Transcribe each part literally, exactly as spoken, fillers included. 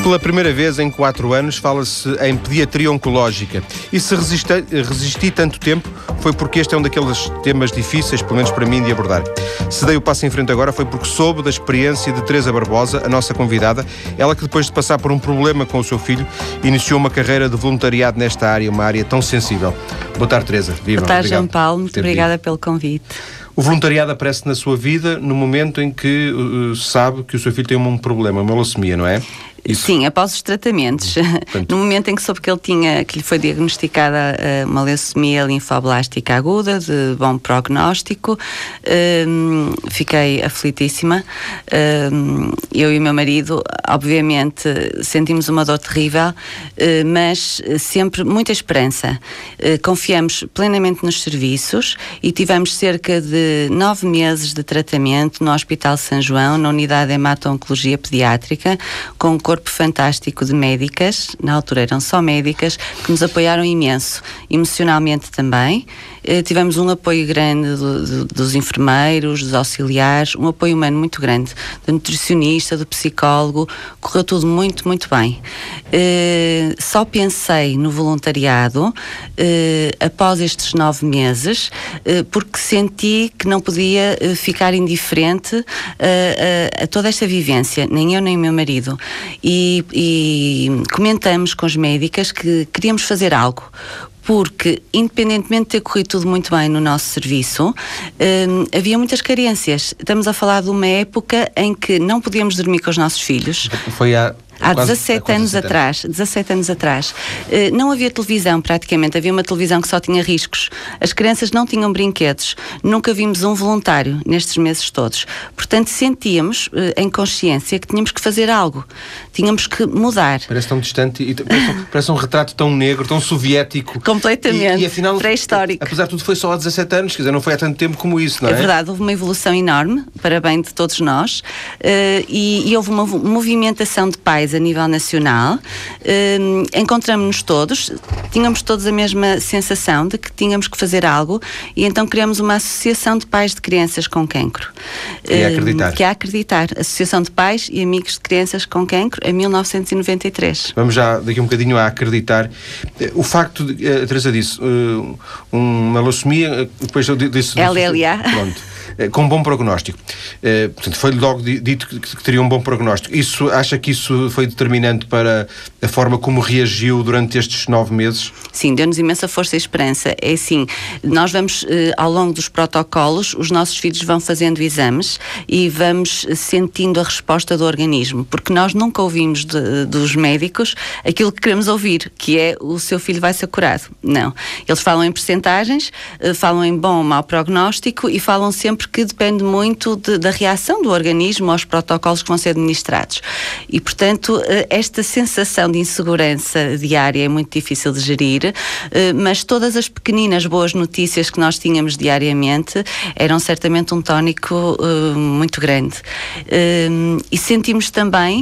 Pela primeira vez em quatro anos fala-se em pediatria oncológica. E se resisti, resisti tanto tempo foi porque este é um daqueles temas difíceis, pelo menos para mim, de abordar. Se dei o passo em frente agora foi porque soube da experiência de Teresa Barbosa, a nossa convidada, ela que depois de passar por um problema com o seu filho, iniciou uma carreira de voluntariado nesta área, uma área tão sensível. Boa tarde, Teresa. Viva. Boa tarde, João Paulo. Muito obrigada pelo convite. O voluntariado aparece na sua vida no momento em que uh, sabe que o seu filho tem um problema, uma leucemia, não é? Isso. Sim, após os tratamentos. Portanto, no momento em que soube que ele tinha, que lhe foi diagnosticada uh, uma leucemia linfoblástica aguda, de bom prognóstico, uh, fiquei aflitíssima. Uh, eu e o meu marido, obviamente, sentimos uma dor terrível, uh, mas sempre muita esperança. Uh, confiamos plenamente nos serviços e tivemos cerca de nove meses de tratamento no Hospital São João, na unidade de hemato-oncologia pediátrica, com um corpo fantástico de médicas, na altura eram só médicas, que nos apoiaram imenso, emocionalmente também. Eh, tivemos um apoio grande do, do, dos enfermeiros, dos auxiliares, um apoio humano muito grande, do nutricionista, do psicólogo, correu tudo muito, muito bem. Eh, só pensei no voluntariado eh, após estes nove meses, eh, porque senti que não podia eh, ficar indiferente eh, a, a toda esta vivência, nem eu nem o meu marido. E, e comentamos com as médicas que queríamos fazer algo, porque, independentemente de ter corrido tudo muito bem no nosso serviço, hum, havia muitas carências. Estamos a falar de uma época em que não podíamos dormir com os nossos filhos. Foi há... Há dezassete anos atrás, dezassete anos atrás, uh, não havia televisão praticamente, havia uma televisão que só tinha riscos. As crianças não tinham brinquedos, nunca vimos um voluntário nestes meses todos. Portanto, sentíamos uh, em consciência que tínhamos que fazer algo, tínhamos que mudar. Parece tão distante e parece, parece um retrato tão negro, tão soviético. Completamente, e, e afinal, pré-histórico. Apesar de tudo foi só há dezassete anos, quer dizer, não foi há tanto tempo como isso, não é? É verdade, houve uma evolução enorme, para bem de todos nós, uh, e, e houve uma movimentação de pais a nível nacional. Uh, encontramos-nos todos, tínhamos todos a mesma sensação de que tínhamos que fazer algo e então criamos uma associação de pais de crianças com cancro. Que é acreditar. Uh, que é acreditar. Associação de Pais e Amigos de Crianças com Cancro, em mil novecentos e noventa e três. Vamos já daqui um bocadinho a acreditar. O facto de, a Teresa disse, uh, uma leucemia, depois eu disse... L L A. Pronto. Com um bom prognóstico. Uh, portanto, foi logo dito que, que teria um bom prognóstico. Isso, acha que isso foi determinante para a forma como reagiu durante estes nove meses? Sim, deu-nos imensa força e esperança. É assim, nós vamos, uh, ao longo dos protocolos, os nossos filhos vão fazendo exames e vamos sentindo a resposta do organismo, porque nós nunca ouvimos de, dos médicos aquilo que queremos ouvir, que é o seu filho vai ser curado. Não. Eles falam em percentagens, uh, falam em bom ou mau prognóstico e falam sempre que depende muito de, da reação do organismo aos protocolos que vão ser administrados. E, portanto, esta sensação de insegurança diária é muito difícil de gerir, mas todas as pequeninas boas notícias que nós tínhamos diariamente eram certamente um tónico uh, muito grande. Uh, e sentimos também...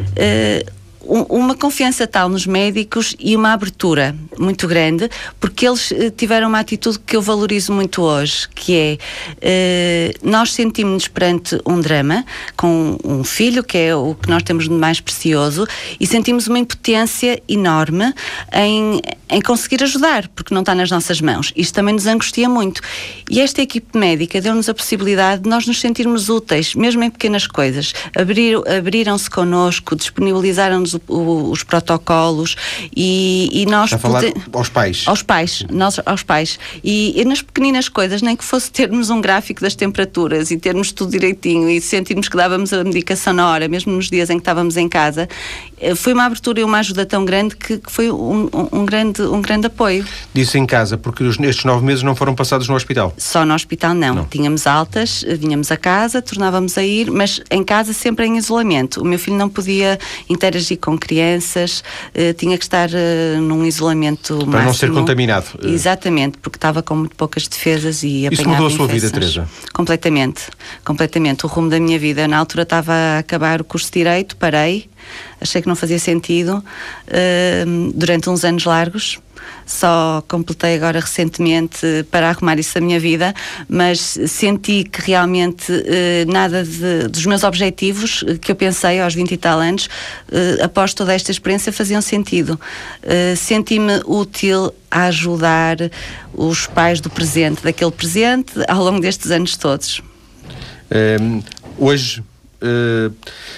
Uh, uma confiança tal nos médicos e uma abertura muito grande, porque eles tiveram uma atitude que eu valorizo muito hoje, que é, eh, nós sentimos-nos perante um drama, com um filho, que é o que nós temos de mais precioso, e sentimos uma impotência enorme em, em conseguir ajudar, porque não está nas nossas mãos. Isto também nos angustia muito. E esta equipe médica deu-nos a possibilidade de nós nos sentirmos úteis, mesmo em pequenas coisas. Abrir, abriram-se connosco, disponibilizaram-nos O, o, os protocolos e, e nós... Está a falar pode... aos pais. Aos pais, nós, aos pais. E, e nas pequeninas coisas, nem que fosse termos um gráfico das temperaturas e termos tudo direitinho e sentirmos que dávamos a medicação na hora, mesmo nos dias em que estávamos em casa, foi uma abertura e uma ajuda tão grande que, que foi um, um, um, grande, um grande apoio. Disse em casa, porque estes nove meses não foram passados no hospital? Só no hospital não. não. Tínhamos altas, vinhamos a casa, tornávamos a ir, mas em casa sempre em isolamento. O meu filho não podia interagir com crianças, uh, tinha que estar uh, num isolamento máximo. Para não ser contaminado. Exatamente, porque estava com muito poucas defesas e apanhava Isso mudou a sua infecções. vida, Teresa? Completamente, completamente. O rumo da minha vida. Na altura estava a acabar o curso de Direito, parei, achei que não fazia sentido, uh, durante uns anos largos. só completei agora recentemente para arrumar isso da minha vida, mas senti que realmente eh, nada de, dos meus objetivos que eu pensei aos vinte e tal anos, eh, após toda esta experiência, faziam sentido. Eh, senti-me útil a ajudar os pais do presente, daquele presente, ao longo destes anos todos. Um, hoje... Uh...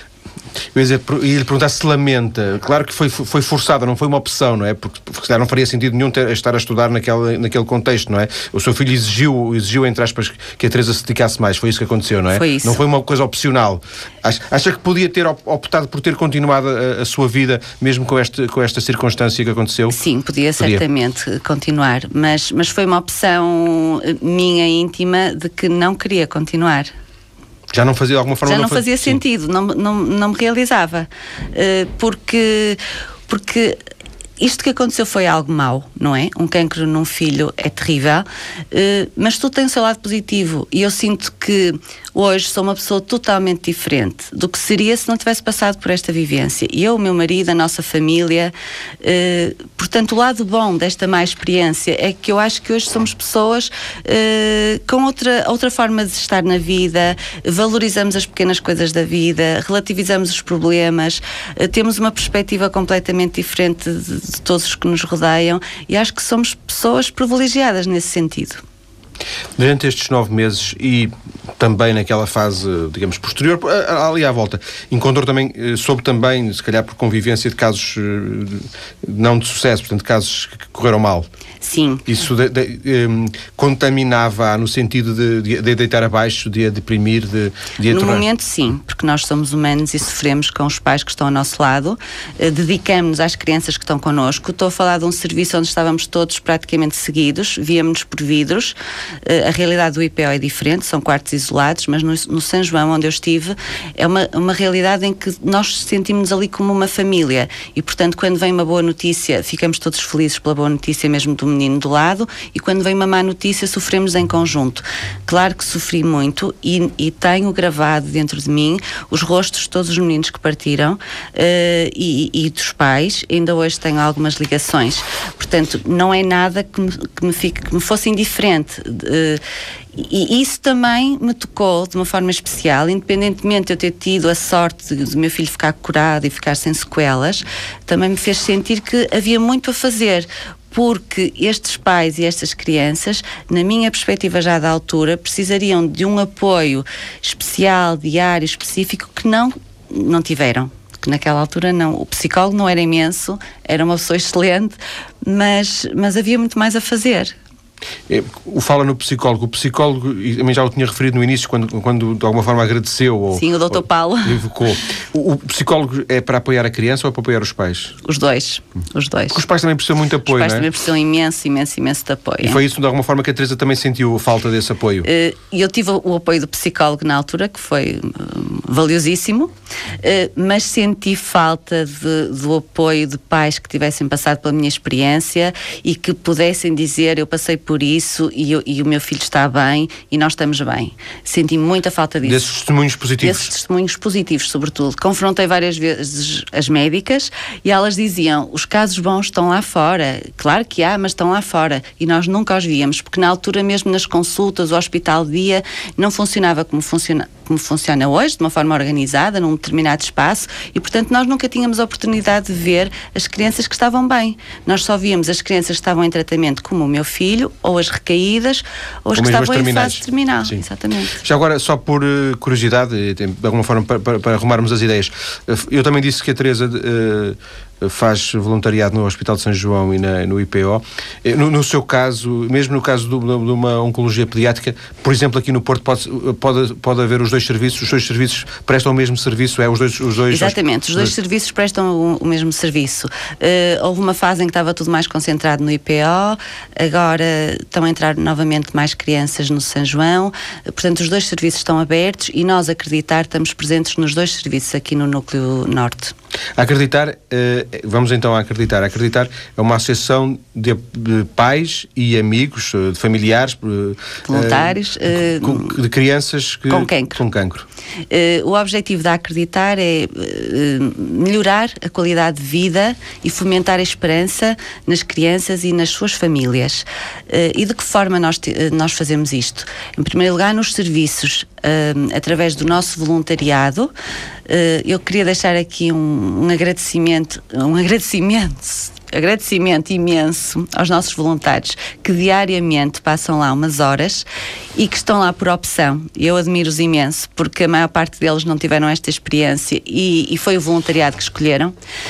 Eu ia, dizer, ia lhe perguntar se lamenta. Claro que foi, foi forçada, não foi uma opção, não é? Porque, porque não faria sentido nenhum ter, estar a estudar naquele, naquele contexto, não é? O seu filho exigiu, exigiu, entre aspas, que a Teresa se dedicasse mais. Foi isso que aconteceu, não é? Foi isso. Não foi uma coisa opcional. Acha, acha que podia ter optado por ter continuado a, a sua vida, mesmo com, este, com esta circunstância que aconteceu? Sim, podia, podia. certamente continuar. Mas, mas foi uma opção minha íntima de que não queria continuar. Já não fazia de alguma forma? Já não, não fazia foi... sentido, não, não, não me realizava. Uh, porque, porque isto que aconteceu foi algo mau, não é? Um cancro num filho é terrível, uh, mas tudo tem o seu lado positivo. E eu sinto que hoje sou uma pessoa totalmente diferente do que seria se não tivesse passado por esta vivência. E eu, o meu marido, a nossa família. Uh, portanto, o lado bom desta má experiência é que eu acho que hoje somos pessoas uh, com outra, outra forma de estar na vida, valorizamos as pequenas coisas da vida, relativizamos os problemas, uh, temos uma perspectiva completamente diferente de, de todos os que nos rodeiam, e acho que somos pessoas privilegiadas nesse sentido. Durante estes nove meses e também naquela fase, digamos, posterior, ali à volta, encontrou também, soube também, se calhar por convivência, de casos não de sucesso, portanto, casos que correram mal. Sim. Isso de, de, um, contaminava no sentido de, de deitar abaixo, de a deprimir, de, de a No tornar... momento, sim, porque nós somos humanos e sofremos com os pais que estão ao nosso lado, uh, dedicamos-nos às crianças que estão connosco. Estou a falar de um serviço onde estávamos todos praticamente seguidos, víamos-nos por vidros. Uh, a realidade do I P O é diferente, são quartos isolados, mas no, no São João, onde eu estive, é uma, uma realidade em que nós sentimos ali como uma família e, portanto, quando vem uma boa notícia, ficamos todos felizes pela boa notícia mesmo do menino do lado, e quando vem uma má notícia sofremos em conjunto. Claro que sofri muito e, e tenho gravado dentro de mim os rostos de todos os meninos que partiram uh, e, e dos pais. Ainda hoje tenho algumas ligações, portanto não é nada que me, que me, fique, que me fosse indiferente. Uh, E isso também me tocou de uma forma especial, independentemente de eu ter tido a sorte do meu filho ficar curado e ficar sem sequelas, também me fez sentir que havia muito a fazer, porque estes pais e estas crianças, na minha perspectiva já da altura, precisariam de um apoio especial, diário, específico, que não, não tiveram. Que naquela altura não. O psicólogo não era imenso, era uma pessoa excelente, mas, mas havia muito mais a fazer. O fala no psicólogo. O psicólogo, e também já o tinha referido no início, quando, quando de alguma forma agradeceu. Ou, Sim, o doutor ou, Paulo. Invocou. O, o psicólogo é para apoiar a criança ou é para apoiar os pais? Os dois. Os dois. Porque os pais também precisam muito de apoio, Os pais não é? também precisam imenso, imenso, imenso de apoio. E foi isso, de alguma forma, que a Teresa também sentiu a falta desse apoio? E uh, eu tive o apoio do psicólogo na altura, que foi uh, valiosíssimo, uh, mas senti falta de, do apoio de pais que tivessem passado pela minha experiência e que pudessem dizer: eu passei por isso e, eu, e o meu filho está bem e nós estamos bem. Senti muita falta disso. Desses testemunhos positivos? Desses testemunhos positivos, sobretudo. Confrontei várias vezes as médicas e elas diziam: os casos bons estão lá fora. Claro que há, mas estão lá fora. E nós nunca os víamos, porque na altura, mesmo nas consultas, o hospital de dia não funcionava como funciona, como funciona hoje, de uma forma organizada, num determinado espaço, e portanto nós nunca tínhamos a oportunidade de ver as crianças que estavam bem. Nós só víamos as crianças que estavam em tratamento, como o meu filho, ou as recaídas, ou as ou que estavam em fase terminal. Sim. Exatamente. Já agora, só por uh, curiosidade, de alguma forma para, para, para arrumarmos as ideias, eu também disse que a Teresa uh, faz voluntariado no Hospital de São João e na, no I P O. No, no seu caso, mesmo no caso do, de uma oncologia pediátrica, por exemplo, aqui no Porto pode, pode, pode haver os dois serviços, os dois serviços prestam o mesmo serviço, é os dois... Os dois Exatamente, os dois, dois serviços prestam o, o mesmo serviço. Uh, houve uma fase em que estava tudo mais concentrado no I P O, agora estão a entrar novamente mais crianças no São João, uh, portanto os dois serviços estão abertos e nós, acreditar, estamos presentes nos dois serviços aqui no Núcleo Norte. Acreditar, vamos então a Acreditar. Acreditar é uma associação de pais e amigos, de familiares, voluntários, de crianças que, com cancro. Com cancro. O objetivo da Acreditar é melhorar a qualidade de vida e fomentar a esperança nas crianças e nas suas famílias. E de que forma nós, nós fazemos isto? Em primeiro lugar, nos serviços, através do nosso voluntariado. Eu queria deixar aqui um, um agradecimento, um agradecimento, agradecimento imenso aos nossos voluntários que diariamente passam lá umas horas e que estão lá por opção. Eu admiro-os imenso, porque a maior parte deles não tiveram esta experiência e, e foi o voluntariado que escolheram.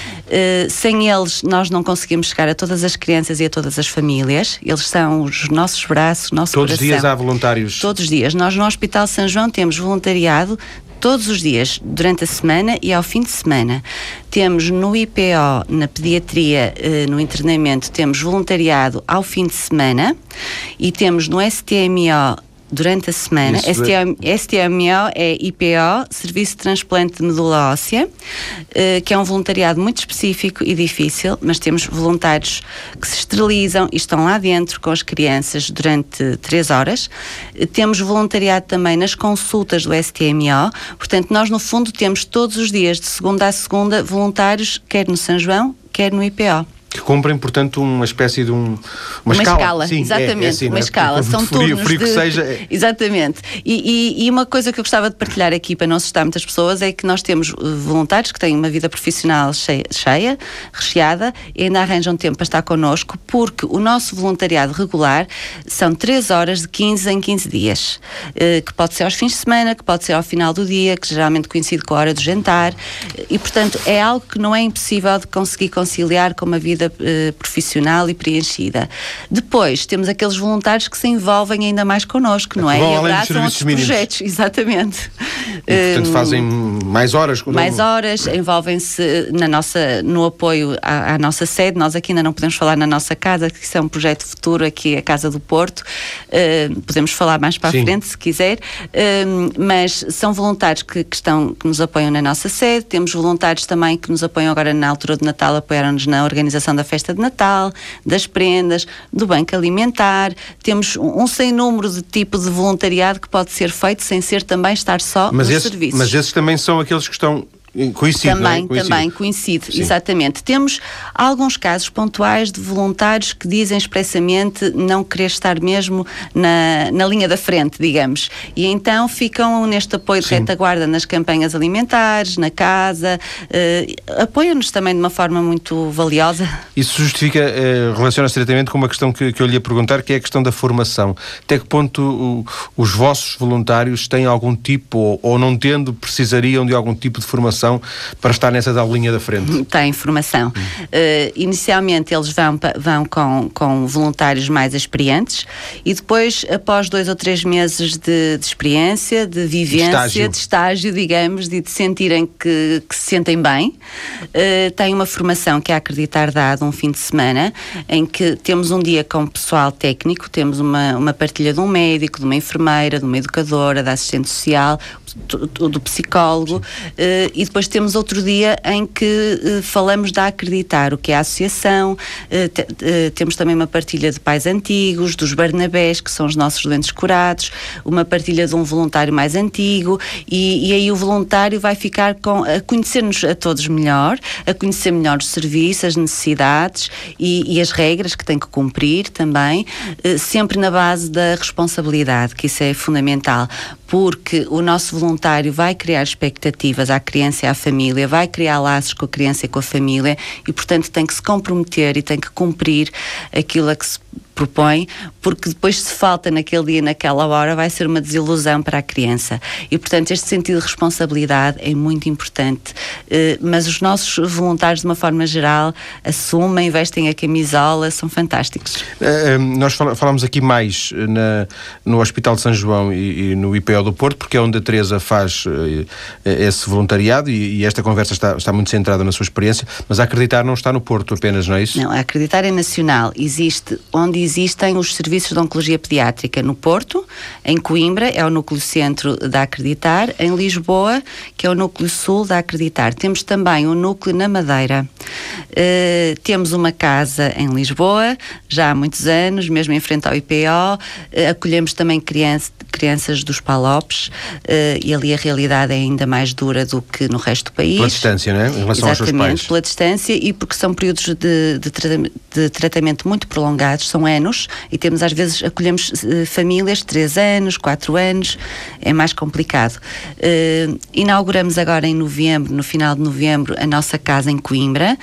Uh, sem eles nós não conseguimos chegar a todas as crianças e a todas as famílias. Eles são os nossos braços, o nosso coração. Todos os dias há voluntários? Todos os dias. Nós no Hospital São João temos voluntariado todos os dias, durante a semana e ao fim de semana. Temos no I P O, na pediatria, no internamento, temos voluntariado ao fim de semana e temos no S T M O durante a semana. Isso, S T M O é I P O, Serviço de Transplante de Medula Óssea, que é um voluntariado muito específico e difícil, mas temos voluntários que se esterilizam e estão lá dentro com as crianças durante três horas. Temos voluntariado também nas consultas do S T M O, portanto nós no fundo temos todos os dias, de segunda a segunda, voluntários, quer no São João, quer no I P O. Que cumprem, portanto, uma espécie de um, uma, uma escala. escala. Sim, exatamente, é, é assim, uma é? escala. São frio, turnos frio de... que seja. É... Exatamente. E, e, e uma coisa que eu gostava de partilhar aqui para não assustar muitas pessoas é que nós temos voluntários que têm uma vida profissional cheia, cheia recheada, e ainda arranjam tempo para estar connosco, porque o nosso voluntariado regular são três horas de quinze em quinze dias, que pode ser aos fins de semana, que pode ser ao final do dia, que geralmente coincide com a hora do jantar, e portanto é algo que não é impossível de conseguir conciliar com uma vida profissional e preenchida. Depois temos aqueles voluntários que se envolvem ainda mais connosco, não é? Vão e além dos abraçam outros mínimos. Projetos, exatamente. E, portanto, um, fazem mais horas. Mais horas, envolvem-se na nossa, no apoio à, à nossa sede. Nós aqui ainda não podemos falar na nossa casa, que isso é um projeto futuro, aqui a Casa do Porto. Uh, podemos falar mais para a frente, se quiser. Uh, mas são voluntários que, que, estão, que nos apoiam na nossa sede. Temos voluntários também que nos apoiam agora na altura do Natal, apoiaram-nos na organização da festa de Natal, das prendas, do banco alimentar. Temos um, um sem número de tipo de voluntariado que pode ser feito sem ser também estar só mas nos esse, serviços. Mas esses também são aqueles que estão... Coincide, também, não é? Coincide. também coincide, Sim. Exatamente. Temos alguns casos pontuais de voluntários que dizem expressamente não querer estar mesmo na, na linha da frente, digamos, e então ficam neste apoio de Sim. retaguarda nas campanhas alimentares, na casa, uh, apoiam-nos também de uma forma muito valiosa. Isso justifica, uh, relaciona-se diretamente com uma questão que, que eu lhe ia perguntar, que é a questão da formação. Até que ponto o, os vossos voluntários têm algum tipo, ou, ou não tendo, precisariam de algum tipo de formação para estar nessa da linha da frente? Tem formação. Hum. Uh, inicialmente eles vão, vão com, com voluntários mais experientes e depois, após dois ou três meses de, de experiência, de vivência, estágio. de estágio, digamos, de, de sentirem que, que se sentem bem, uh, tem uma formação que é Acreditar dado um fim de semana, em que temos um dia com pessoal técnico, temos uma, uma partilha de um médico, de uma enfermeira, de uma educadora, da assistente social, do, do psicólogo, uh, e depois temos outro dia em que uh, falamos da Acreditar, o que é a associação, uh, te, uh, temos também uma partilha de pais antigos, dos Barnabés, que são os nossos doentes curados, uma partilha de um voluntário mais antigo, e, e aí o voluntário vai ficar com, a conhecer-nos a todos melhor, a conhecer melhor os serviços, as necessidades e, e as regras que tem que cumprir também, uh, sempre na base da responsabilidade, que isso é fundamental, porque o nosso voluntário vai criar expectativas à criança e à família, vai criar laços com a criança e com a família e, portanto, tem que se comprometer e tem que cumprir aquilo a que se propõe, porque depois se falta naquele dia, naquela hora, vai ser uma desilusão para a criança. E, portanto, este sentido de responsabilidade é muito importante. Uh, mas os nossos voluntários, de uma forma geral, assumem, vestem a camisola, são fantásticos. Uh, nós fal falamos aqui mais na, no Hospital de São João e, e no I P O do Porto, porque é onde a Teresa faz uh, esse voluntariado e, e esta conversa está, está muito centrada na sua experiência, mas a Acreditar não está no Porto apenas, não é isso? Não, a Acreditar é nacional. Existe onde existem os serviços de oncologia pediátrica no Porto, em Coimbra, é o núcleo centro da Acreditar, em Lisboa, que é o núcleo sul da Acreditar. Temos também um núcleo na Madeira. Uh, temos uma casa em Lisboa, já há muitos anos, mesmo em frente ao I P O. Uh, acolhemos também criança, crianças dos Palopes, uh, e ali a realidade é ainda mais dura do que no resto do país. Pela distância, não é? Em relação aos seus pais. Exatamente, pela distância, e porque são períodos de, de, tra de tratamento muito prolongados, são anos, e temos às vezes, acolhemos uh, famílias de três anos, quatro anos, é mais complicado. Uh, inauguramos agora em novembro, no final de novembro, a nossa casa em Coimbra.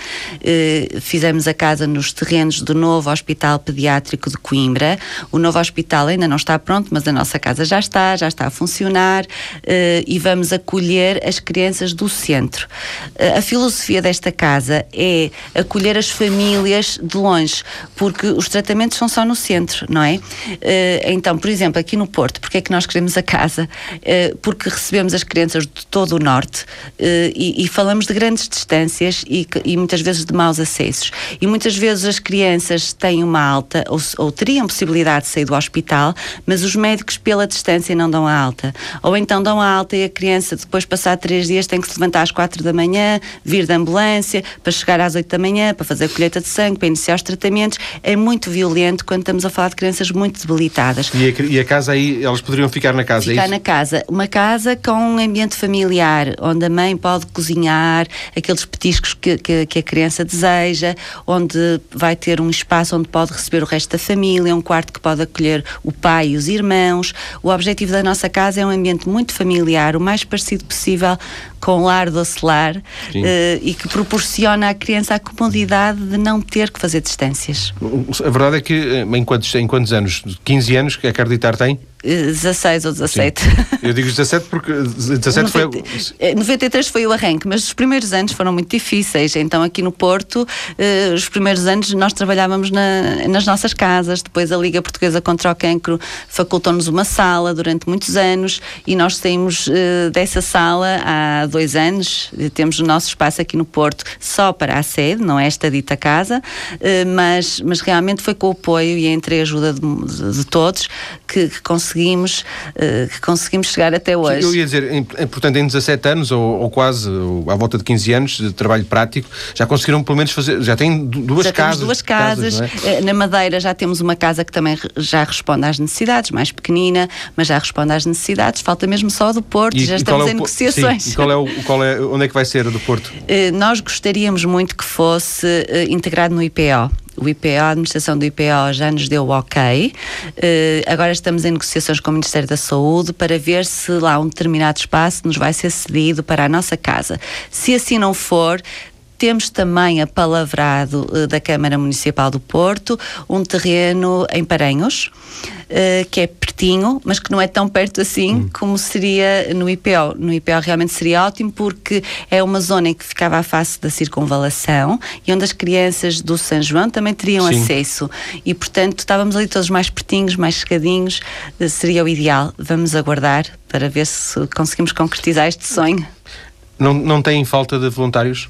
Uh, fizemos a casa nos terrenos do novo Hospital Pediátrico de Coimbra. O novo hospital ainda não está pronto, mas a nossa casa já está, já está a funcionar, uh, e vamos acolher as crianças do centro. Uh, a filosofia desta casa é acolher as famílias de longe, porque os tratamentos são só no centro, não é? Uh, então, por exemplo, aqui no Porto, porque é que nós queremos a casa? Uh, porque recebemos as crianças de todo o norte, uh, e, e falamos de grandes distâncias e, e muitas vezes de maus acessos. E muitas vezes as crianças têm uma alta, ou, ou teriam possibilidade de sair do hospital, mas os médicos pela distância não dão a alta. Ou então dão a alta e a criança depois, passar três dias, tem que se levantar às quatro da manhã, vir da ambulância, para chegar às oito da manhã, para fazer a colheita de sangue, para iniciar os tratamentos. É muito violento quando estamos a falar de crianças muito debilitadas. E a, e a casa aí, elas poderiam ficar na casa? Ficar é na casa. Uma casa com um ambiente familiar, onde a mãe pode cozinhar aqueles petiscos que, que, que a criança deseja, onde vai ter um espaço onde pode receber o resto da família, um quarto que pode acolher o pai e os irmãos. O objetivo da nossa casa é um ambiente muito familiar, o mais parecido possível com o lar doce lar, uh, e que proporciona à criança a comodidade de não ter que fazer distâncias. A verdade é que em quantos, em quantos anos? quinze anos que a Acreditar tem? dezasseis ou dezassete. Sim. Eu digo dezassete porque dezassete foi... noventa e três foi o arranque, mas os primeiros anos foram muito difíceis. Então aqui no Porto, eh, os primeiros anos nós trabalhávamos na, nas nossas casas. Depois a Liga Portuguesa contra o Cancro facultou-nos uma sala durante muitos anos, e nós saímos eh, dessa sala há dois anos. Temos o nosso espaço aqui no Porto só para a sede, não é esta dita casa, eh, mas, mas realmente foi com o apoio e a entreajuda de, de, de todos que, que conseguimos Conseguimos, uh, que conseguimos chegar até hoje. Eu ia dizer, em, portanto, em dezassete anos, ou, ou quase, ou à volta de quinze anos de trabalho prático, já conseguiram pelo menos fazer, já têm duas já casas. Temos duas casas, casas é? Na Madeira já temos uma casa que também já responde às necessidades, mais pequenina, mas já responde às necessidades, falta mesmo só do Porto, e, já estamos é em negociações. Sim, e qual é o, qual é, onde é que vai ser do Porto? Uh, nós gostaríamos muito que fosse uh, integrado no I P O. O I P O, a administração do I P O já nos deu o ok. Uh, agora estamos em negociações com o Ministério da Saúde para ver se lá um determinado espaço nos vai ser cedido para a nossa casa. Se assim não for, temos também apalavrado uh, da Câmara Municipal do Porto um terreno em Paranhos, uh, que é pertinho, mas que não é tão perto assim hum. como seria no I P O. No I P O realmente seria ótimo, porque é uma zona em que ficava à face da circunvalação e onde as crianças do São João também teriam Sim. acesso. E, portanto, estávamos ali todos mais pertinhos, mais chegadinhos, uh, seria o ideal. Vamos aguardar para ver se conseguimos concretizar este sonho. Não, não têm falta de voluntários?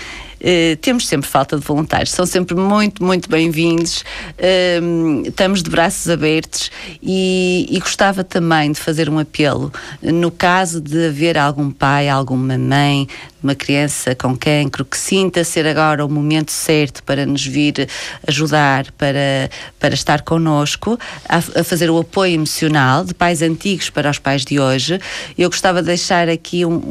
Uh, temos sempre falta de voluntários, são sempre muito, muito bem-vindos, uh, estamos de braços abertos, e, e gostava também de fazer um apelo, no caso de haver algum pai, alguma mãe, uma criança com cancro, que sinta ser agora o momento certo para nos vir ajudar, para, para estar connosco, a, a fazer o apoio emocional de pais antigos para os pais de hoje. Eu gostava de deixar aqui um,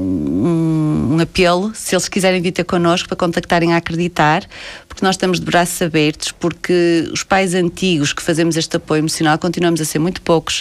um, um apelo, se eles quiserem vir ter connosco, para contactarem a Acreditar, porque nós estamos de braços abertos, porque os pais antigos que fazemos este apoio emocional continuamos a ser muito poucos.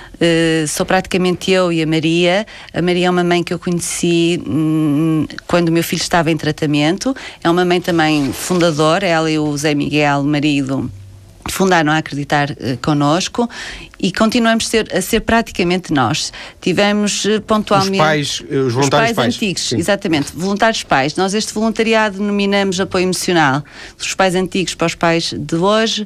Uh, sou praticamente eu e a Maria. A Maria é uma mãe que eu conheci hum, quando o meu filho estava em tratamento. É uma mãe também fundadora. Ela e o Zé Miguel, marido, fundaram a Acreditar uh, connosco, e continuamos ser, a ser praticamente nós. Tivemos uh, pontualmente... Os pais, os voluntários os pais, pais. antigos, Sim. Exatamente, voluntários pais. Nós este voluntariado denominamos apoio emocional dos pais antigos para os pais de hoje,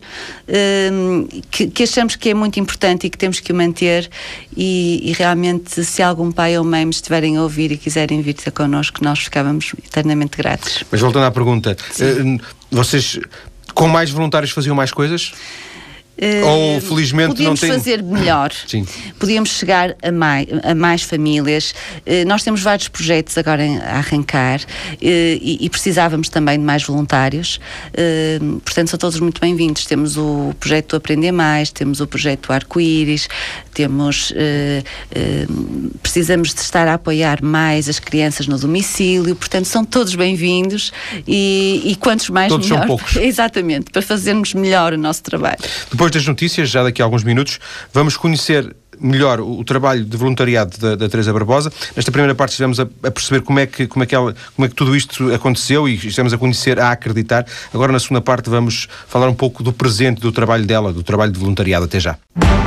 um, que, que achamos que é muito importante e que temos que o manter, e, e realmente, se algum pai ou mãe me estiverem a ouvir e quiserem vir ter connosco, nós ficávamos eternamente gratos. Mas voltando à pergunta, uh, vocês... com mais voluntários faziam mais coisas? Ou felizmente podíamos não tem... fazer melhor. Sim. Podíamos chegar a mais, a mais famílias. Uh, nós temos vários projetos agora a arrancar uh, e, e precisávamos também de mais voluntários. Uh, portanto, são todos muito bem-vindos. Temos o projeto Aprender Mais, temos o projeto Arco-Íris, temos... Uh, uh, precisamos de estar a apoiar mais as crianças no domicílio. Portanto, são todos bem-vindos e, e quantos mais todos melhor. São poucos. Exatamente, para fazermos melhor o nosso trabalho. Depois das notícias, já daqui a alguns minutos, vamos conhecer melhor o, o trabalho de voluntariado da, da Teresa Barbosa. Nesta primeira parte estivemos a, a perceber como é, que, como, é que ela, como é que tudo isto aconteceu e estamos a conhecer, a acreditar. Agora, na segunda parte, vamos falar um pouco do presente do trabalho dela, do trabalho de voluntariado. Até já.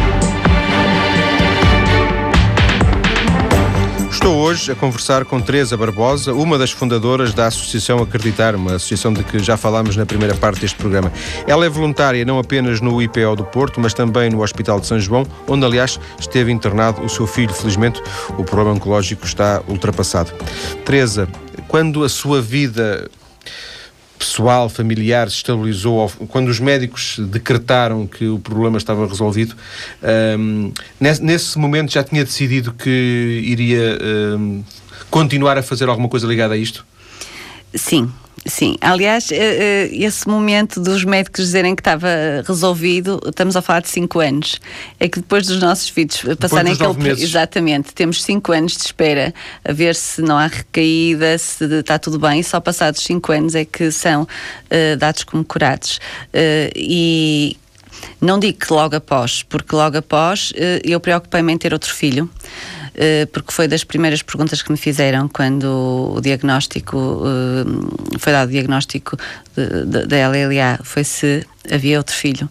Estou hoje a conversar com Teresa Barbosa, uma das fundadoras da Associação Acreditar, uma associação de que já falámos na primeira parte deste programa. Ela é voluntária não apenas no I P O do Porto, mas também no Hospital de São João, onde, aliás, esteve internado o seu filho. Felizmente, o problema oncológico está ultrapassado. Teresa, quando a sua vida pessoal, familiar, se estabilizou, quando os médicos decretaram que o problema estava resolvido, um, nesse, nesse momento já tinha decidido que iria um, continuar a fazer alguma coisa ligada a isto? Sim. Sim, aliás, esse momento dos médicos dizerem que estava resolvido, estamos a falar de cinco anos. É que depois dos nossos filhos passarem aquele... meses. Exatamente, temos cinco anos de espera a ver se não há recaída, se está tudo bem, e só passados cinco anos é que são uh, dados como curados. Uh, e não digo que logo após, porque logo após uh, eu preocupei-me em ter outro filho. Porque foi das primeiras perguntas que me fizeram quando o diagnóstico foi dado o diagnóstico da L L A, foi se havia outro filho,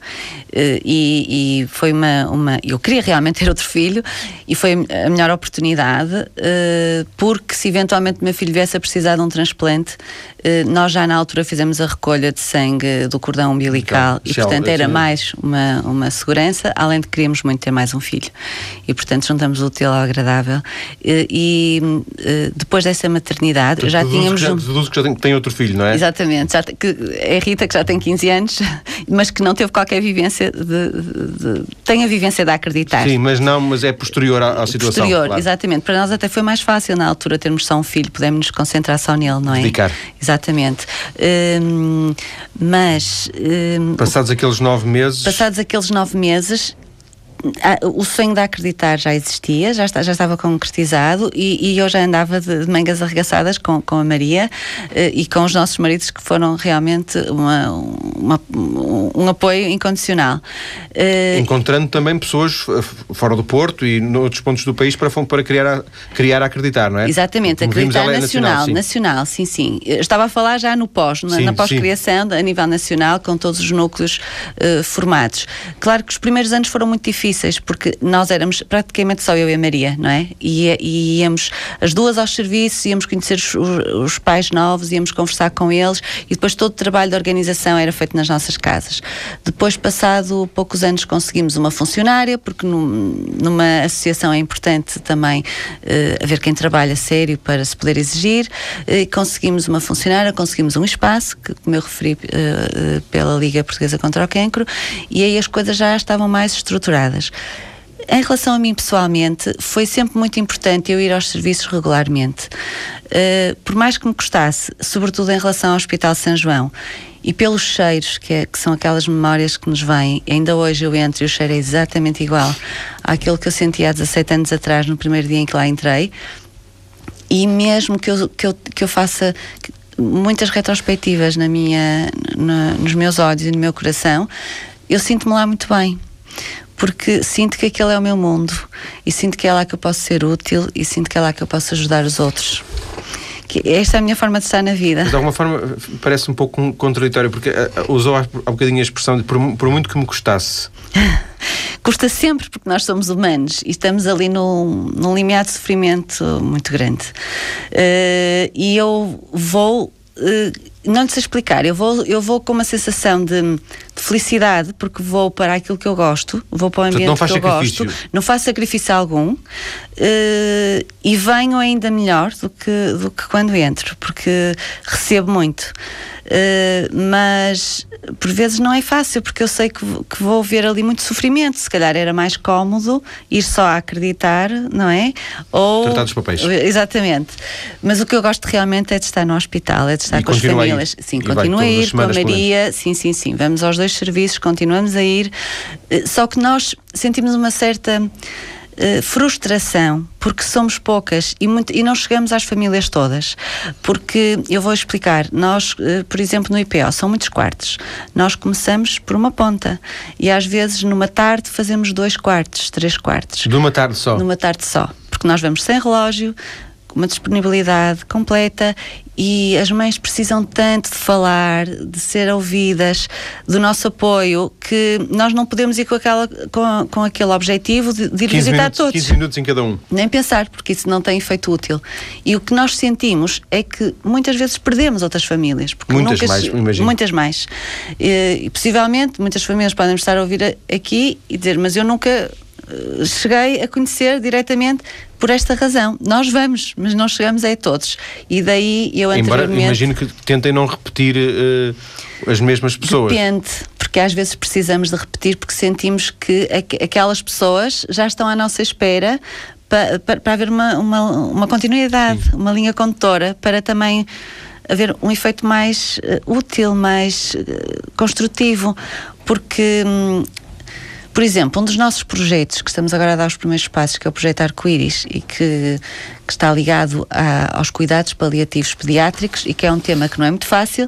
e, e foi uma, uma eu queria realmente ter outro filho e foi a melhor oportunidade, porque se eventualmente o meu filho viesse a precisar de um transplante, nós já na altura fizemos a recolha de sangue do cordão umbilical e portanto era mais uma, uma segurança, além de que queríamos muito ter mais um filho e portanto juntamos o útil ao agradável e, e depois dessa maternidade já tínhamos... Deduzo que já tem, tem outro filho, não é? Exatamente, já tem, que é Rita, que já tem quinze anos, mas que não teve qualquer vivência de, de, de, tem a vivência de acreditar. Sim, mas não, mas é posterior à, à situação. Posterior, claro. Exatamente. Para nós até foi mais fácil na altura termos só um filho, podemos nos concentrar só nele, não é? Dedicar. Exatamente. Hum, mas... Hum, passados aqueles nove meses... Passados aqueles nove meses... o sonho de acreditar já existia, já, está, já estava concretizado e, e eu já andava de, de mangas arregaçadas com, com a Maria uh, e com os nossos maridos, que foram realmente uma, uma, um apoio incondicional. Uh, Encontrando também pessoas fora do Porto e noutros pontos do país para, para criar, a, criar a acreditar, não é? Exatamente, acreditar nacional, nacional, sim. nacional, sim, sim. Eu estava a falar já no pós, na, na pós-criação, a nível nacional, com todos os núcleos uh, formados. Claro que os primeiros anos foram muito difíceis, porque nós éramos praticamente só eu e a Maria, não é? E, e íamos as duas aos serviços, íamos conhecer os, os pais novos, íamos conversar com eles e depois todo o trabalho de organização era feito nas nossas casas. Depois, passado poucos anos, conseguimos uma funcionária, porque num, numa associação é importante também uh, haver quem trabalha sério para se poder exigir, e uh, conseguimos uma funcionária, conseguimos um espaço, que, como eu referi, uh, uh, pela Liga Portuguesa contra o Cancro, e aí as coisas já estavam mais estruturadas. Em relação a mim pessoalmente, foi sempre muito importante eu ir aos serviços regularmente. Uh, por mais que me custasse, sobretudo em relação ao Hospital São João, e pelos cheiros, que, é, que são aquelas memórias que nos vêm, ainda hoje eu entro e o cheiro é exatamente igual àquilo que eu sentia há dezassete anos atrás, no primeiro dia em que lá entrei, e mesmo que eu, que eu, que eu faça muitas retrospectivas na minha, na, nos meus olhos e no meu coração, eu sinto-me lá muito bem. Porque sinto que aquele é o meu mundo e sinto que é lá que eu posso ser útil e sinto que é lá que eu posso ajudar os outros. Que esta é a minha forma de estar na vida. De alguma forma parece um pouco contraditório, porque uh, usou há um bocadinho a expressão de por, por muito que me custasse. Custa sempre, porque nós somos humanos e estamos ali num, num limiar de sofrimento muito grande. Uh, e eu vou... Uh, não te sei explicar, eu vou, eu vou com uma sensação de, de felicidade, porque vou para aquilo que eu gosto, vou para o ambiente que eu gosto, não faço sacrifício algum, uh, e venho ainda melhor do que, do que quando entro, porque recebo muito. mas por vezes não é fácil, porque eu sei que, que vou ver ali muito sofrimento. Se calhar era mais cómodo ir só a acreditar, não é? Ou tratar dos papéis. Exatamente. Mas o que eu gosto realmente é de estar no hospital, é de estar e com as famílias. A sim, continuo a ir com a Maria. Sim, sim, sim. Vamos aos dois serviços, continuamos a ir. Só que nós sentimos uma certa Uh, frustração, porque somos poucas e, muito, e não chegamos às famílias todas, porque eu vou explicar, nós, uh, por exemplo, no I P O são muitos quartos, nós começamos por uma ponta e às vezes numa tarde fazemos dois quartos, três quartos. De uma tarde só? Numa tarde só, porque nós vamos sem relógio, com uma disponibilidade completa, e as mães precisam tanto de falar, de ser ouvidas, do nosso apoio, que nós não podemos ir com, aquela, com, com aquele objetivo de, de ir visitar minutos, todos. quinze minutos em cada um. Nem pensar, porque isso não tem efeito útil. E o que nós sentimos é que muitas vezes perdemos outras famílias. Porque muitas nunca, mais, imagino. Muitas mais. E, e possivelmente muitas famílias podem estar a ouvir aqui e dizer, mas eu nunca cheguei a conhecer diretamente por esta razão. Nós vamos, mas não chegamos a todos. E daí eu anteriormente... Embora imagino que tentem não repetir uh, as mesmas pessoas. Depende, porque às vezes precisamos de repetir porque sentimos que aqu- aquelas pessoas já estão à nossa espera para, para, para haver uma, uma, uma continuidade, sim, uma linha condutora, para também haver um efeito mais uh, útil, mais uh, construtivo, porque... Hum, por exemplo, um dos nossos projetos que estamos agora a dar os primeiros passos, que é o projeto Arco-Íris, e que, que está ligado a, aos cuidados paliativos pediátricos, e que é um tema que não é muito fácil, uh,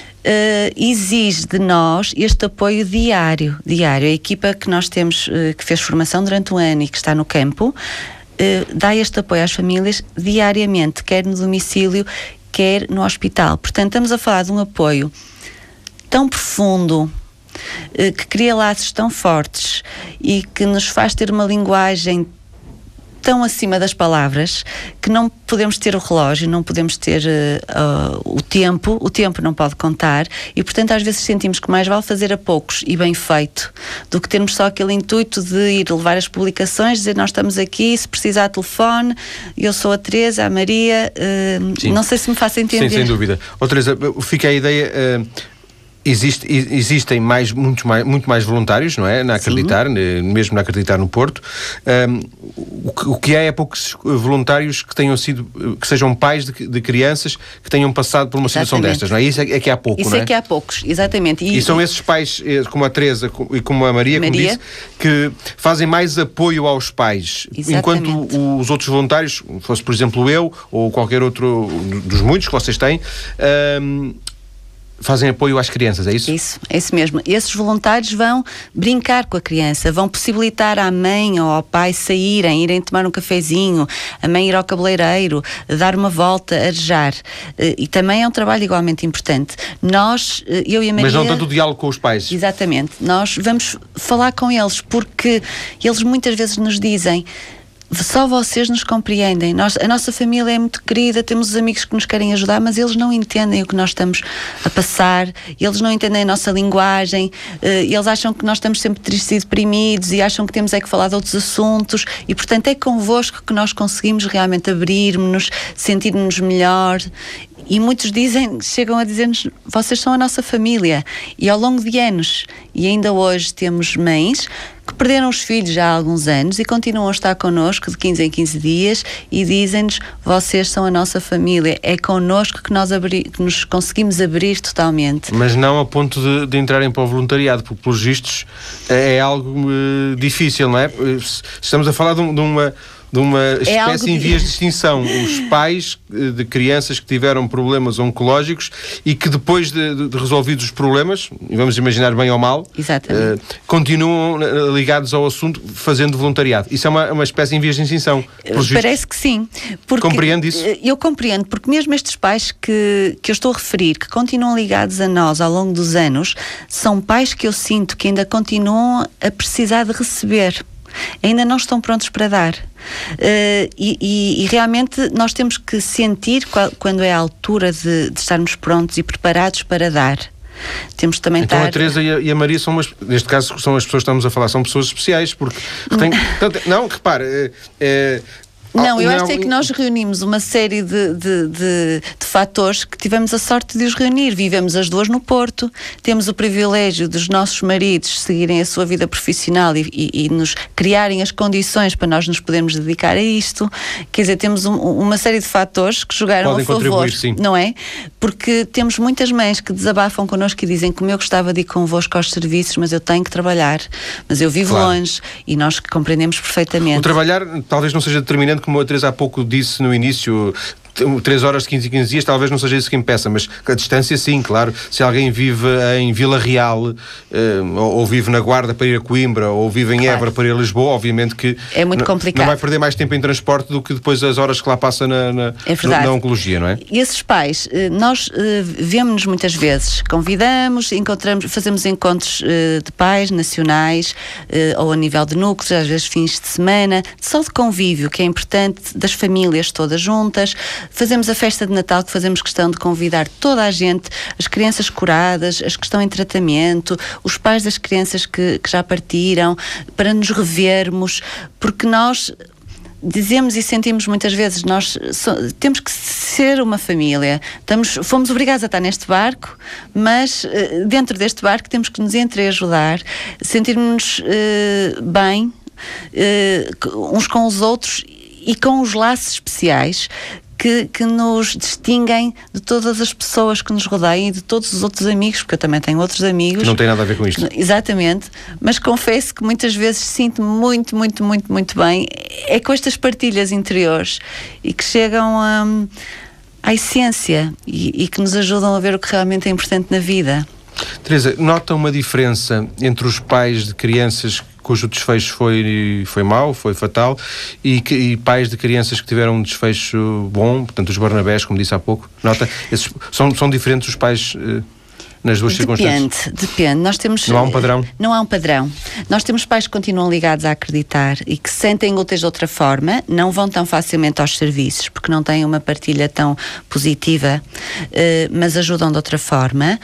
exige de nós este apoio diário, diário. A equipa que nós temos, uh, que fez formação durante um ano e que está no campo, uh, dá este apoio às famílias diariamente, quer no domicílio, quer no hospital. Portanto, estamos a falar de um apoio tão profundo, que cria laços tão fortes e que nos faz ter uma linguagem tão acima das palavras, que não podemos ter o relógio, não podemos ter uh, uh, o tempo, o tempo não pode contar, e portanto às vezes sentimos que mais vale fazer a poucos e bem feito, do que termos só aquele intuito de ir levar as publicações, dizer nós estamos aqui, se precisar de telefone, eu sou a Teresa, a Maria, uh, não sei se me faço entender. Sim, sem dúvida. Ó Teresa, fica a ideia... Uh... Existe, existem mais, muito, mais, muito mais voluntários, não é? Na acreditar, sim, mesmo na acreditar no Porto. Um, o, que, o que é é poucos voluntários que tenham sido, que sejam pais de, de crianças que tenham passado por uma exatamente. Situação destas, não é? Isso é, é que há pouco, Isso não é? Isso é que há poucos, exatamente. E, e são esses pais, como a Teresa e como a Maria, Maria, como disse, que fazem mais apoio aos pais. Exatamente. Enquanto os outros voluntários, fosse por exemplo eu, ou qualquer outro dos muitos que vocês têm, um, fazem apoio às crianças, é isso? Isso, é isso mesmo. Esses voluntários vão brincar com a criança, vão possibilitar à mãe ou ao pai saírem, irem tomar um cafezinho, a mãe ir ao cabeleireiro, dar uma volta, arejar. E também é um trabalho igualmente importante. Nós, eu e a Maria... Mas não tanto o diálogo com os pais. Exatamente. Nós vamos falar com eles, porque eles muitas vezes nos dizem: só vocês nos compreendem. Nós, a nossa família é muito querida, temos os amigos que nos querem ajudar, mas eles não entendem o que nós estamos a passar, eles não entendem a nossa linguagem, uh, eles acham que nós estamos sempre tristes e deprimidos e acham que temos é que falar de outros assuntos, e portanto é convosco que nós conseguimos realmente abrir-nos, sentir-nos melhor. E muitos dizem, chegam a dizer-nos: vocês são a nossa família. E ao longo de anos, e ainda hoje temos mães que perderam os filhos já há alguns anos e continuam a estar connosco de quinze em quinze dias e dizem-nos: vocês são a nossa família, é connosco que nós abri- que nos conseguimos abrir totalmente. Mas não a ponto de, de entrarem para o voluntariado, porque pelos vistos é algo uh, difícil, não é? Estamos a falar de, um, de uma... de uma espécie é em vias de extinção. Os pais de crianças que tiveram problemas oncológicos e que depois de, de resolvidos os problemas, e vamos imaginar bem ou mal, uh, continuam ligados ao assunto fazendo voluntariado. Isso é uma, uma espécie em vias de extinção. Parece que sim. Porque compreendo isso? Eu compreendo, porque mesmo estes pais que, que eu estou a referir, que continuam ligados a nós ao longo dos anos, são pais que eu sinto que ainda continuam a precisar de receber. Ainda não estão prontos para dar. Uh, e, e, e realmente nós temos que sentir qual, quando é a altura de, de estarmos prontos e preparados para dar. Temos também então tar... a Teresa e a, e a Maria são, umas, neste caso são as pessoas que estamos a falar, são pessoas especiais, porque têm, tanto, não, repare, é, é, Não, eu não, acho é que nós reunimos uma série de, de, de, de fatores que tivemos a sorte de os reunir. Vivemos as duas no Porto, temos o privilégio dos nossos maridos seguirem a sua vida profissional e, e, e nos criarem as condições para nós nos podermos dedicar a isto. Quer dizer, temos um, uma série de fatores que jogaram Podem a favor, sim. não é? Porque temos muitas mães que desabafam connosco e dizem como eu gostava de ir convosco aos serviços, mas eu tenho que trabalhar, mas eu vivo claro. longe, e nós compreendemos perfeitamente. O trabalhar talvez não seja determinante, como a Teresa há pouco disse no início, três horas de quinze em quinze dias, talvez não seja isso que impeça, mas a distância sim, claro. Se alguém vive em Vila Real, eh, ou, ou vive na Guarda para ir a Coimbra, ou vive em claro. Évora para ir a Lisboa, obviamente que é muito complicado. Não vai perder mais tempo em transporte do que depois as horas que lá passa na, na, é verdade. na oncologia, não é? E esses pais, nós vemos-nos muitas vezes, convidamos, encontramos, fazemos encontros de pais nacionais, ou a nível de núcleos, às vezes fins de semana, só de convívio, que é importante, das famílias todas juntas. Fazemos a festa de Natal, que fazemos questão de convidar toda a gente, as crianças curadas, as que estão em tratamento, os pais das crianças que, que já partiram, para nos revermos, porque nós dizemos e sentimos muitas vezes, nós so, temos que ser uma família, estamos, fomos obrigados a estar neste barco, mas uh, dentro deste barco temos que nos entreajudar, sentirmos uh, bem uh, uns com os outros e com os laços especiais Que, que nos distinguem de todas as pessoas que nos rodeiam e de todos os outros amigos, porque eu também tenho outros amigos. Não tem nada a ver com isto. Exatamente, mas confesso que muitas vezes sinto-me muito, muito, muito, muito bem. É com estas partilhas interiores e que chegam a, à essência e, e que nos ajudam a ver o que realmente é importante na vida. Teresa, nota uma diferença entre os pais de crianças cujo desfecho foi, foi mau, foi fatal, e, que, e pais de crianças que tiveram um desfecho bom, portanto os Barnabés, como disse há pouco, nota, esses, são, são diferentes os pais eh, nas duas depende, circunstâncias? Depende, depende. Nós temos, não há um padrão? Não há um padrão. Nós temos pais que continuam ligados a acreditar e que se sentem úteis de outra forma, não vão tão facilmente aos serviços, porque não têm uma partilha tão positiva, eh, mas ajudam de outra forma.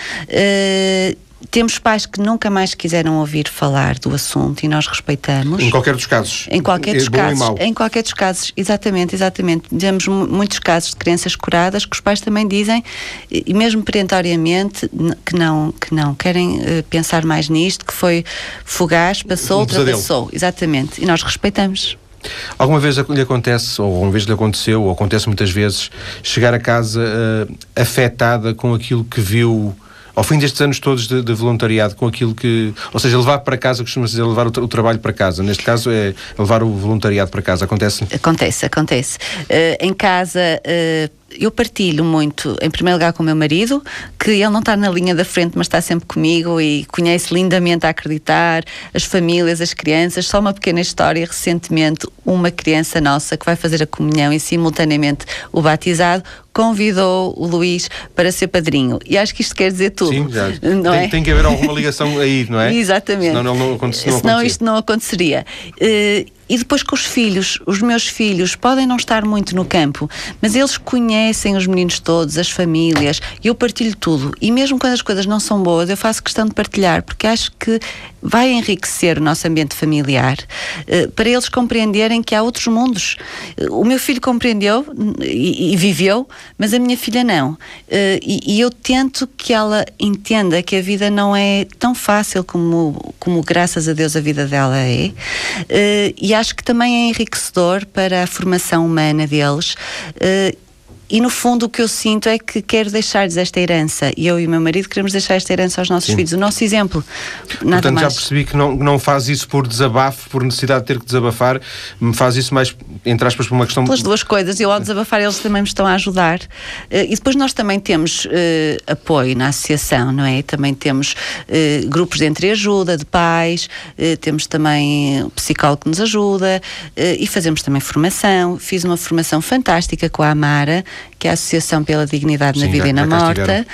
Eh, Temos pais que nunca mais quiseram ouvir falar do assunto e nós respeitamos. Em qualquer dos casos. Em qualquer dos é bom casos. E mau. Em qualquer dos casos, exatamente, exatamente. Temos muitos casos de crianças curadas que os pais também dizem, e mesmo perentoriamente, que não, que não querem uh, pensar mais nisto, que foi fugaz, passou, um ultrapassou. Exatamente. E nós respeitamos. Alguma vez lhe acontece, ou alguma vez lhe aconteceu, ou acontece muitas vezes, chegar a casa uh, afetada com aquilo que viu ao fim destes anos todos de, de voluntariado, com aquilo que... Ou seja, levar para casa, costuma-se dizer, levar o, o trabalho para casa. Neste caso é levar o voluntariado para casa. Acontece? Acontece, acontece. Uh, em casa... Uh... Eu partilho muito, em primeiro lugar, com o meu marido, que ele não está na linha da frente, mas está sempre comigo e conhece lindamente a acreditar, as famílias, as crianças. Só uma pequena história, recentemente, uma criança nossa que vai fazer a comunhão e simultaneamente o batizado, convidou o Luís para ser padrinho. E acho que isto quer dizer tudo. Sim, já. Não tem, é? tem que haver alguma ligação aí, não é? Exatamente. Senão, não, não, aconte, não Senão isto não aconteceria. Uh, E depois com os filhos, os meus filhos podem não estar muito no campo, mas eles conhecem os meninos todos, as famílias, e eu partilho tudo. E mesmo quando as coisas não são boas, eu faço questão de partilhar, porque acho que vai enriquecer o nosso ambiente familiar, uh, para eles compreenderem que há outros mundos. Uh, o meu filho compreendeu e, e viveu, mas a minha filha não. Uh, e, e eu tento que ela entenda que a vida não é tão fácil como, como graças a Deus, a vida dela é. Uh, e acho que também é enriquecedor para a formação humana deles. Uh, E, no fundo, o que eu sinto é que quero deixar-lhes esta herança. E eu e o meu marido queremos deixar esta herança aos nossos Sim. filhos. O nosso exemplo. Nada Portanto, mais. já percebi que não, não faz isso por desabafo, por necessidade de ter que desabafar. Faz isso mais, entre aspas, por uma questão... Pelas duas coisas. Eu, ao desabafar, eles também me estão a ajudar. Uh, e depois nós também temos uh, apoio na associação, não é? Também temos uh, grupos de entreajuda, de pais. Uh, temos também o psicólogo que nos ajuda. Uh, e fazemos também formação. Fiz uma formação fantástica com a Amara, que é a Associação pela Dignidade Sim, na Vida já, e na Morte,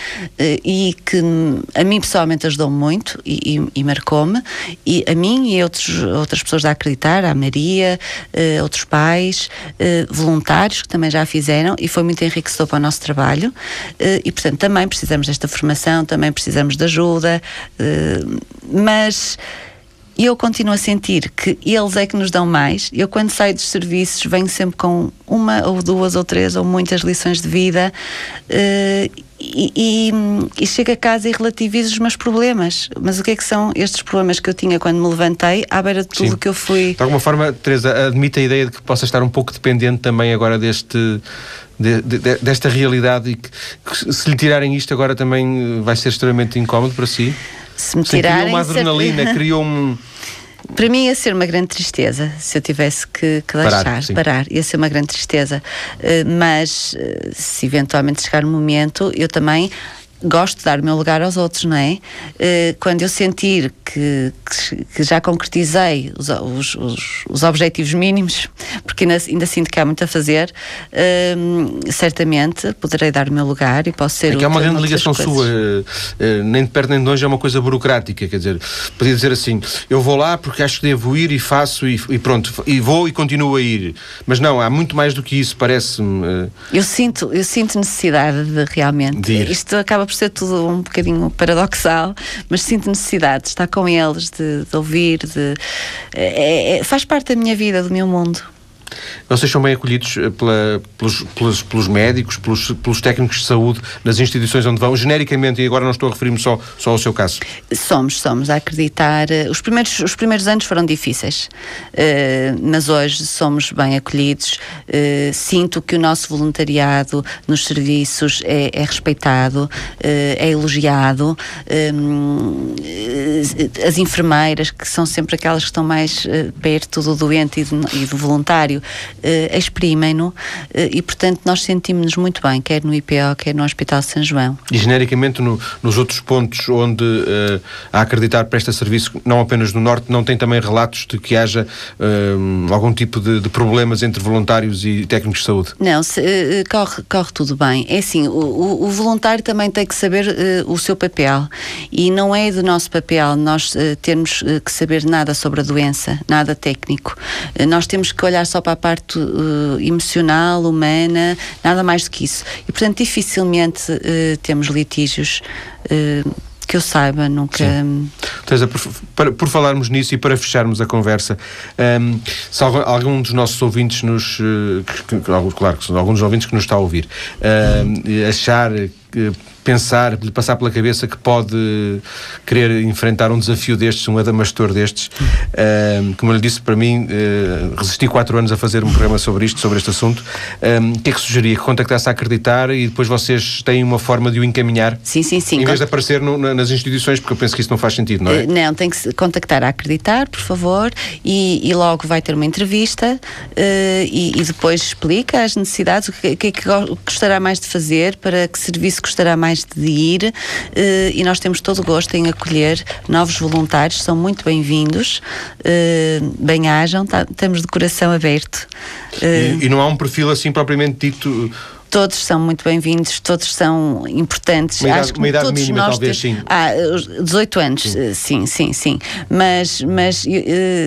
e que a mim pessoalmente ajudou muito e, e, e marcou-me, e a mim e outros, outras pessoas a acreditar, a Maria, uh, outros pais, uh, voluntários que também já fizeram, e foi muito enriquecedor para o nosso trabalho, uh, e portanto também precisamos desta formação, também precisamos de ajuda, uh, mas e eu continuo a sentir que eles é que nos dão mais. Eu, quando saio dos serviços, venho sempre com uma ou duas ou três ou muitas lições de vida, uh, e, e, e chego a casa e relativizo os meus problemas. Mas o que é que são estes problemas que eu tinha quando me levantei, à beira de tudo que eu fui... De alguma forma, Teresa, admite a ideia de que possa estar um pouco dependente também agora deste... De, de, desta realidade, e que, que se lhe tirarem isto agora também vai ser extremamente incómodo para si? Se me tirarem... Criou uma adrenalina, se... criou um... Para mim ia ser uma grande tristeza se eu tivesse que, que deixar, parar, parar, ia ser uma grande tristeza, uh, mas uh, se eventualmente chegar um momento, eu também gosto de dar o meu lugar aos outros, não é? Uh, quando eu sentir que, que, que já concretizei os, os, os, os objetivos mínimos, porque ainda, ainda sinto que há muito a fazer, uh, certamente poderei dar o meu lugar e posso ser... É que há uma grande ligação sua, uh, uh, nem de perto nem de longe, é uma coisa burocrática, quer dizer, podia dizer assim, eu vou lá porque acho que devo ir e faço e, e pronto, e vou e continuo a ir, mas não, há muito mais do que isso, parece-me... Uh... Eu sinto, eu sinto necessidade de realmente... De ir. Isto acaba por ser tudo um bocadinho paradoxal, mas sinto necessidade de estar com eles, de, de ouvir, de, é, é, faz parte da minha vida, do meu mundo. Vocês são bem acolhidos pela, pelos, pelos, pelos médicos, pelos, pelos técnicos de saúde nas instituições onde vão, genericamente, e agora não estou a referir-me só, só ao seu caso? Somos, somos a acreditar. Os primeiros, os primeiros anos foram difíceis, uh, mas hoje somos bem acolhidos. Uh, sinto que o nosso voluntariado nos serviços é, é respeitado, uh, é elogiado. Uh, as enfermeiras, que são sempre aquelas que estão mais uh, perto do doente e do, e do voluntário, Uh, exprimem-no, uh, e portanto nós sentimos-nos muito bem, quer no I P O, quer no Hospital de São João. E genericamente no, nos outros pontos onde uh, a acreditar presta serviço, não apenas no Norte, não tem também relatos de que haja uh, algum tipo de, de problemas entre voluntários e técnicos de saúde? Não, se, uh, corre, corre tudo bem. É assim, o, o, o voluntário também tem que saber uh, o seu papel, e não é do nosso papel nós uh, termos uh, que saber nada sobre a doença, nada técnico. Uh, nós temos que olhar só para a parte uh, emocional, humana, nada mais do que isso. E, portanto, dificilmente uh, temos litígios, uh, que eu saiba, nunca... Teresa, por, por, por falarmos nisso e para fecharmos a conversa, um, se algum, algum dos nossos ouvintes nos... Uh, que, que, claro, que são alguns dos ouvintes que nos está a ouvir, uh, achar... que pensar, lhe passar pela cabeça que pode querer enfrentar um desafio destes, um adamastor destes, uh, como eu lhe disse, para mim, uh, resisti quatro anos a fazer um programa sobre isto, sobre este assunto. Um, o que é que sugeria? Que contactasse a Acreditar e depois vocês têm uma forma de o encaminhar? Sim, sim, sim. Em vez de aparecer no, na, nas instituições, porque eu penso que isso não faz sentido, não é? Uh, não, tem que se contactar a Acreditar, por favor, e, e logo vai ter uma entrevista, uh, e, e depois explica as necessidades, o que, que é que gostará mais de fazer, para que serviço gostará mais de ir, uh, e nós temos todo o gosto em acolher novos voluntários, são muito bem-vindos, uh, bem-ajam, tá, estamos de coração aberto. Uh, e, e não há um perfil assim propriamente dito... Todos são muito bem-vindos, todos são importantes. Uma idade, Acho que uma idade todos mínima, nós talvez, te... sim. Ah, dezoito anos, sim, sim, sim. sim. Mas, mas eu,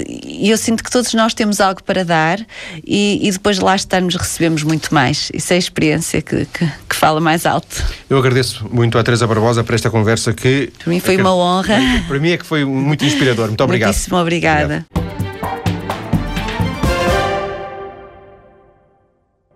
eu sinto que todos nós temos algo para dar, e, e depois de lá estarmos recebemos muito mais. Isso é a experiência que, que, que fala mais alto. Eu agradeço muito à Teresa Barbosa por esta conversa que... Para mim foi uma honra. Para mim é que foi muito inspirador. Muito obrigado. Muitíssimo obrigada. Obrigado.